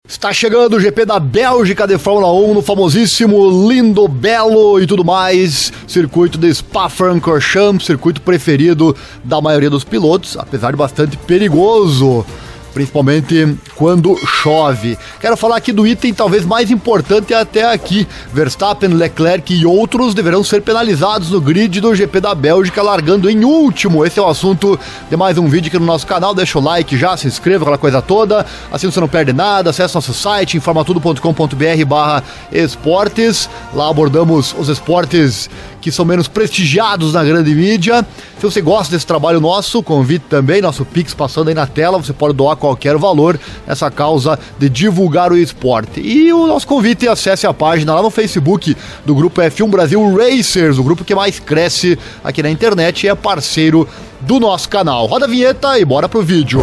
Está chegando o GP da Bélgica de Fórmula 1 no famosíssimo, lindo, belo e tudo mais circuito de Spa-Francorchamps, circuito preferido da maioria dos pilotos, apesar de bastante perigoso, principalmente quando chove. Quero falar aqui do item talvez mais importante até aqui. Verstappen, Leclerc e outros deverão ser penalizados no grid do GP da Bélgica, largando em último. Esse é o assunto de mais um vídeo aqui no nosso canal. Deixa o like já, se inscreva, aquela coisa toda. Assim você não perde nada. Acesse nosso site, informatudo.com.br/esportes. Lá abordamos os esportes que são menos prestigiados na grande mídia. Se você gosta desse trabalho nosso, convite também, nosso Pix passando aí na tela, você pode doar qualquer valor nessa causa de divulgar o esporte. E o nosso convite é acesse a página lá no Facebook do grupo F1 Brasil Racers, o grupo que mais cresce aqui na internet e é parceiro do nosso canal. Roda a vinheta e bora pro vídeo.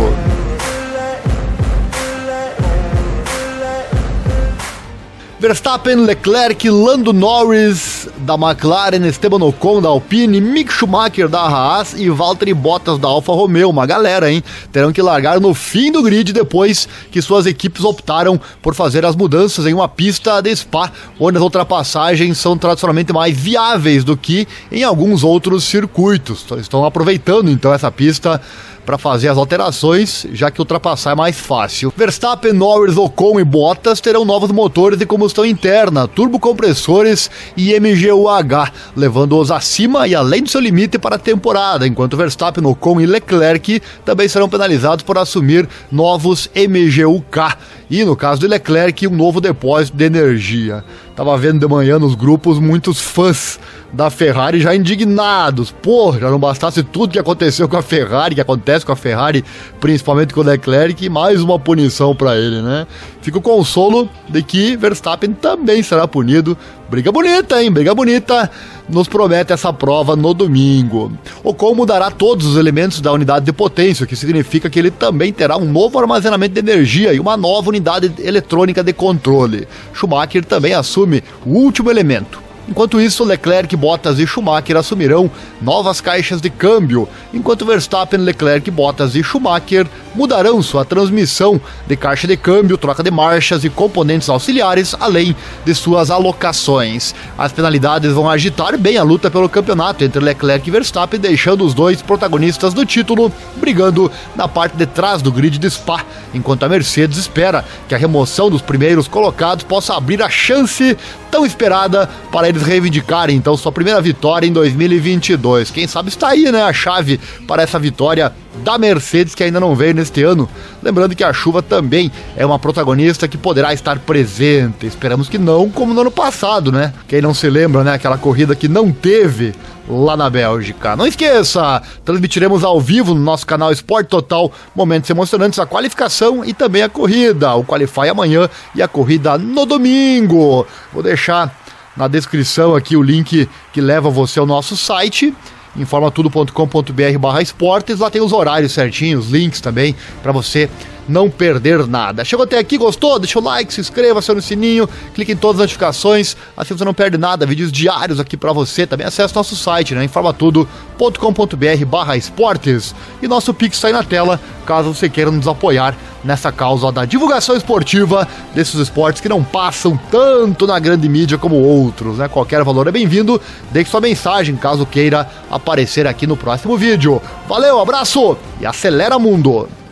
Verstappen, Leclerc, Lando Norris da McLaren, Esteban Ocon da Alpine, Mick Schumacher da Haas e Valtteri Bottas da Alfa Romeo. Uma galera, hein? Terão que largar no fim do grid depois que suas equipes optaram por fazer as mudanças em uma pista de Spa, onde as ultrapassagens são tradicionalmente mais viáveis do que em alguns outros circuitos. Estão aproveitando então essa pista para fazer as alterações, já que ultrapassar é mais fácil. Verstappen, Norris, Ocon e Bottas terão novos motores de combustão interna, turbocompressores e MGU-H, levando-os acima e além do seu limite para a temporada, enquanto Verstappen, Ocon e Leclerc também serão penalizados por assumir novos MGU-K. E no caso de Leclerc, um novo depósito de energia. Tava vendo de manhã nos grupos muitos fãs da Ferrari já indignados. Pô, já não bastasse tudo que aconteceu com a Ferrari, que acontece com a Ferrari, principalmente com o Leclerc, mais uma punição para ele, né? Fica o consolo de que Verstappen também será punido. Briga bonita, hein? Briga bonita. Nos promete essa prova no domingo. Ocon mudará todos os elementos da unidade de potência, o que significa que ele também terá um novo armazenamento de energia e uma nova unidade eletrônica de controle. Schumacher também assume o último elemento. Enquanto isso, Leclerc, Bottas e Schumacher assumirão novas caixas de câmbio, enquanto Verstappen, Leclerc, Bottas e Schumacher mudarão sua transmissão de caixa de câmbio, troca de marchas e componentes auxiliares, além de suas alocações. As penalidades vão agitar bem a luta pelo campeonato entre Leclerc e Verstappen, deixando os dois protagonistas do título brigando na parte de trás do grid de Spa, enquanto a Mercedes espera que a remoção dos primeiros colocados possa abrir a chance tão esperada para eles reivindicarem então sua primeira vitória em 2022. Quem sabe está aí, né, a chave para essa vitória da Mercedes, que ainda não veio neste ano. Lembrando que a chuva também é uma protagonista que poderá estar presente. Esperamos que não, como no ano passado, né? Quem não se lembra, né? Aquela corrida que não teve lá na Bélgica. Não esqueça, transmitiremos ao vivo no nosso canal Esporte Total momentos emocionantes, a qualificação e também a corrida. O Qualify amanhã e a corrida no domingo. Vou deixar na descrição aqui o link que leva você ao nosso site, informatudo.com.br/esportes. Lá tem os horários certinhos, os links também, para você não perder nada. Chegou até aqui, gostou? Deixa o like, se inscreva, acione o sininho, clique em todas as notificações, assim você não perde nada, vídeos diários aqui para você. Também acesse nosso site, né, informatudo.com.br/esportes, e nosso Pix sai na tela, caso você queira nos apoiar nessa causa da divulgação esportiva desses esportes que não passam tanto na grande mídia como outros, né? Qualquer valor é bem-vindo, deixe sua mensagem caso queira aparecer aqui no próximo vídeo. Valeu, abraço e acelera mundo!